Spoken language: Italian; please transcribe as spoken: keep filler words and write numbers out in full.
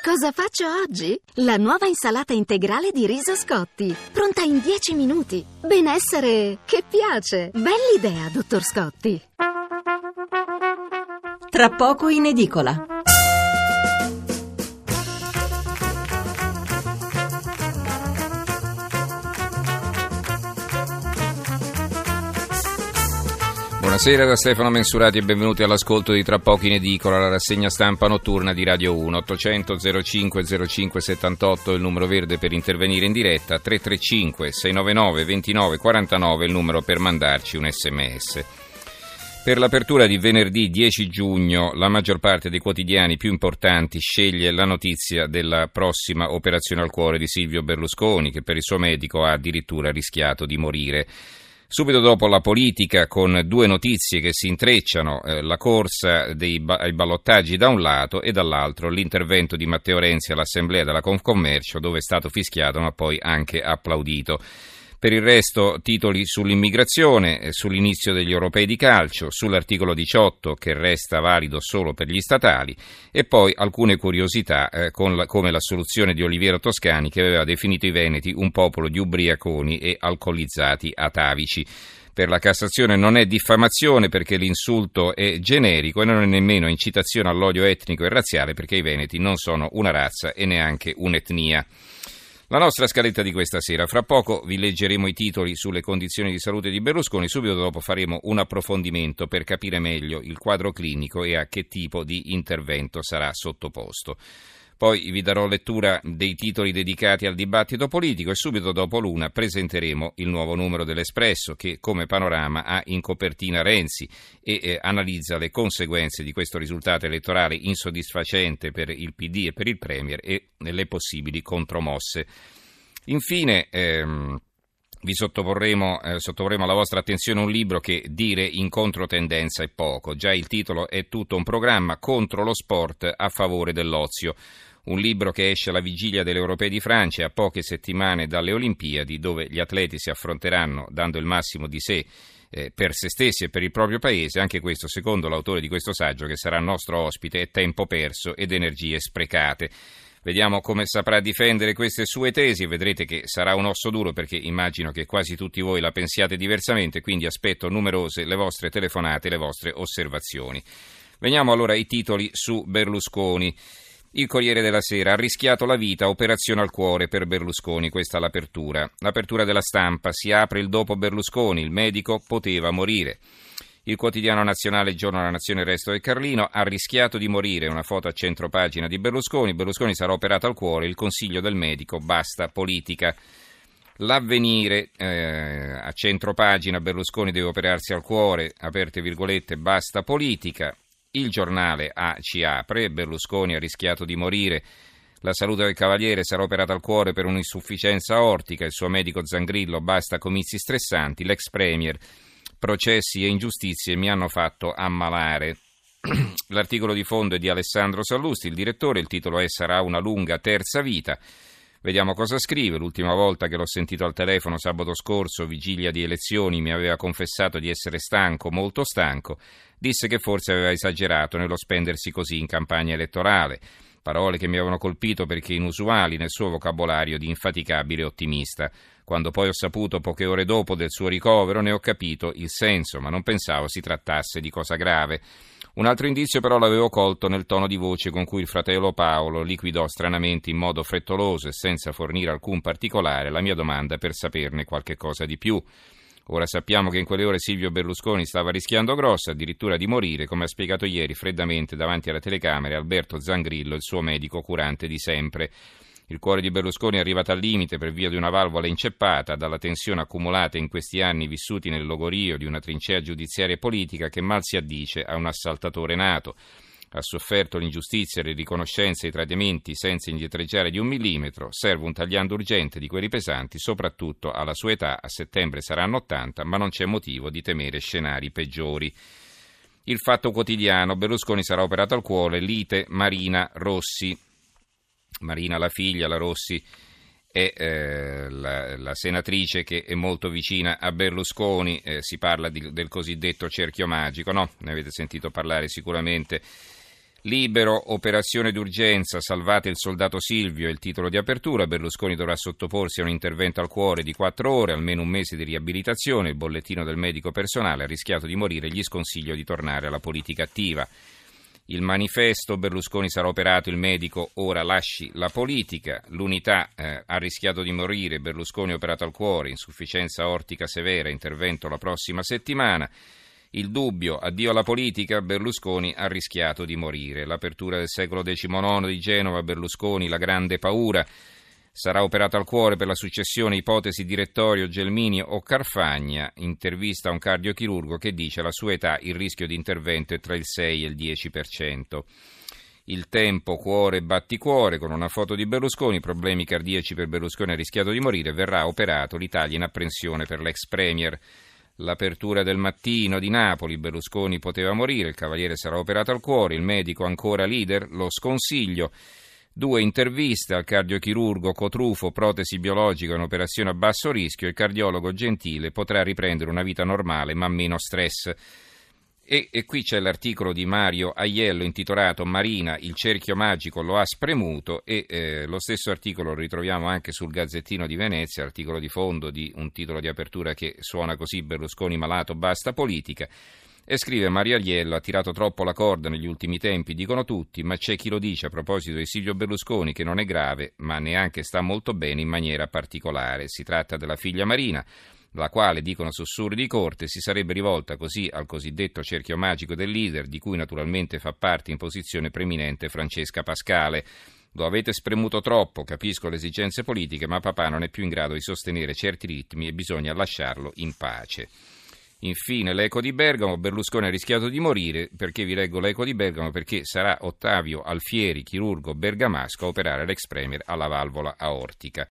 Cosa faccio oggi? La nuova insalata integrale di riso Scotti, pronta in dieci minuti. Benessere che piace. Bell'idea, dottor Scotti. Tra poco in edicola. Buonasera da Stefano Mensurati e benvenuti all'ascolto di Tra poco in edicola, la rassegna stampa notturna di Radio uno. Ottocento zero cinque zero cinque settantotto è il numero verde per intervenire in diretta, tre tre cinque sei nove nove due nove quattro nove è il numero per mandarci un sms. Per l'apertura di venerdì dieci giugno la maggior parte dei quotidiani più importanti sceglie la notizia della prossima operazione al cuore di Silvio Berlusconi, che per il suo medico ha addirittura rischiato di morire. Subito dopo la politica, con due notizie che si intrecciano, eh, la corsa dei ba- ai ballottaggi da un lato e dall'altro l'intervento di Matteo Renzi all'Assemblea della Confcommercio, dove è stato fischiato ma poi anche applaudito. Per il resto titoli sull'immigrazione, eh, sull'inizio degli europei di calcio, sull'articolo diciotto che resta valido solo per gli statali e poi alcune curiosità eh, con la, come la soluzione di Oliviero Toscani, che aveva definito i veneti un popolo di ubriaconi e alcolizzati atavici. Per la Cassazione non è diffamazione perché l'insulto è generico e non è nemmeno incitazione all'odio etnico e razziale perché i veneti non sono una razza e neanche un'etnia. La nostra scaletta di questa sera: fra poco vi leggeremo i titoli sulle condizioni di salute di Berlusconi, subito dopo faremo un approfondimento per capire meglio il quadro clinico e a che tipo di intervento sarà sottoposto. Poi vi darò lettura dei titoli dedicati al dibattito politico e subito dopo l'una presenteremo il nuovo numero dell'Espresso che, come panorama, ha in copertina Renzi e eh, analizza le conseguenze di questo risultato elettorale insoddisfacente per il P D e per il Premier e le possibili contromosse. Infine ehm, vi sottoporremo, eh, sottoporremo alla vostra attenzione un libro che dire in controtendenza è poco. Già il titolo è tutto un programma contro lo sport a favore dell'ozio. Un libro che esce alla vigilia delle Europee di Francia e a poche settimane dalle Olimpiadi, dove gli atleti si affronteranno dando il massimo di sé eh, per se stessi e per il proprio paese. Anche questo, secondo l'autore di questo saggio, che sarà nostro ospite, è tempo perso ed energie sprecate. Vediamo come saprà difendere queste sue tesi e vedrete che sarà un osso duro, perché immagino che quasi tutti voi la pensiate diversamente, quindi aspetto numerose le vostre telefonate e le vostre osservazioni. Veniamo allora ai titoli su Berlusconi. Il Corriere della Sera: ha rischiato la vita, operazione al cuore per Berlusconi. Questa è l'apertura. L'apertura della Stampa: si apre il dopo Berlusconi, il medico poteva morire. Il Quotidiano Nazionale, Giorno della Nazione, il Resto del Carlino: ha rischiato di morire, una foto a centropagina di Berlusconi. Berlusconi sarà operato al cuore, il consiglio del medico, basta politica. L'Avvenire, eh, a centropagina: Berlusconi deve operarsi al cuore, aperte virgolette, basta politica. Il Giornale A ci apre: Berlusconi ha rischiato di morire, la salute del Cavaliere, sarà operato al cuore per un'insufficienza aortica, il suo medico Zangrillo, basta comizi stressanti, l'ex premier: processi e ingiustizie mi hanno fatto ammalare. L'articolo di fondo è di Alessandro Sallusti, il direttore, il titolo è: sarà una lunga terza vita. Vediamo cosa scrive. L'ultima volta che l'ho sentito al telefono sabato scorso, vigilia di elezioni, mi aveva confessato di essere stanco, molto stanco. Disse che forse aveva esagerato nello spendersi così in campagna elettorale. Parole che mi avevano colpito perché inusuali nel suo vocabolario di infaticabile ottimista. Quando poi ho saputo poche ore dopo del suo ricovero ne ho capito il senso, ma non pensavo si trattasse di cosa grave. Un altro indizio però l'avevo colto nel tono di voce con cui il fratello Paolo liquidò stranamente in modo frettoloso e senza fornire alcun particolare la mia domanda per saperne qualche cosa di più. Ora sappiamo che in quelle ore Silvio Berlusconi stava rischiando grosso, addirittura di morire, come ha spiegato ieri freddamente davanti alla telecamera Alberto Zangrillo, il suo medico curante di sempre. Il cuore di Berlusconi è arrivato al limite per via di una valvola inceppata, dalla tensione accumulata in questi anni vissuti nel logorio di una trincea giudiziaria e politica che mal si addice a un assaltatore nato. Ha sofferto l'ingiustizia, le riconoscenze e i tradimenti senza indietreggiare di un millimetro. Serve un tagliando urgente di quelli pesanti, soprattutto alla sua età, a settembre saranno ottanta, ma non c'è motivo di temere scenari peggiori. Il Fatto Quotidiano: Berlusconi sarà operato al cuore, lite Marina Rossi. Marina, la figlia, la Rossi, è eh, la, la senatrice che è molto vicina a Berlusconi. Eh, si parla di, del cosiddetto cerchio magico, no? Ne avete sentito parlare sicuramente. Libero, operazione d'urgenza, salvate il soldato Silvio è il titolo di apertura. Berlusconi dovrà sottoporsi a un intervento al cuore di quattro ore, almeno un mese di riabilitazione. Il bollettino del medico personale: ha rischiato di morire, gli sconsiglio di tornare alla politica attiva. Il Manifesto: Berlusconi sarà operato, il medico ora lasci la politica. L'Unità: eh, ha rischiato di morire, Berlusconi operato al cuore, insufficienza aortica severa, intervento la prossima settimana. Il Dubbio: addio alla politica, Berlusconi ha rischiato di morire. L'apertura del secolo diciannove di Genova: Berlusconi, la grande paura. Sarà operato al cuore, per la successione ipotesi direttorio Gelmini o Carfagna. Intervista a un cardiochirurgo che dice: alla sua età il rischio di intervento è tra il sei e il dieci per cento. Il Tempo: cuore batticuore, con una foto di Berlusconi, problemi cardiaci per Berlusconi, ha rischiato di morire, verrà operato, l'Italia in apprensione per l'ex premier. L'apertura del Mattino di Napoli: Berlusconi poteva morire, il cavaliere sarà operato al cuore, il medico ancora leader, lo sconsiglio. Due interviste al cardiochirurgo Cotrufo: protesi biologica, un'operazione a basso rischio, il cardiologo Gentile: potrà riprendere una vita normale ma meno stress. E, e qui c'è l'articolo di Mario Aiello intitolato Marina, il cerchio magico lo ha spremuto, e eh, lo stesso articolo lo ritroviamo anche sul Gazzettino di Venezia, articolo di fondo di un titolo di apertura che suona così: Berlusconi malato, basta politica. E scrive Mario Aiello: ha tirato troppo la corda negli ultimi tempi, dicono tutti, ma c'è chi lo dice a proposito di Silvio Berlusconi che non è grave, ma neanche sta molto bene in maniera particolare. Si tratta della figlia Marina, la quale, dicono sussurri di corte, si sarebbe rivolta così al cosiddetto cerchio magico del leader, di cui naturalmente fa parte in posizione preeminente Francesca Pascale. Lo avete spremuto troppo, capisco le esigenze politiche, ma papà non è più in grado di sostenere certi ritmi e bisogna lasciarlo in pace. Infine l'Eco di Bergamo: Berlusconi ha rischiato di morire. Perché vi leggo l'Eco di Bergamo? Perché sarà Ottavio Alfieri, chirurgo bergamasco, a operare l'ex premier alla valvola aortica.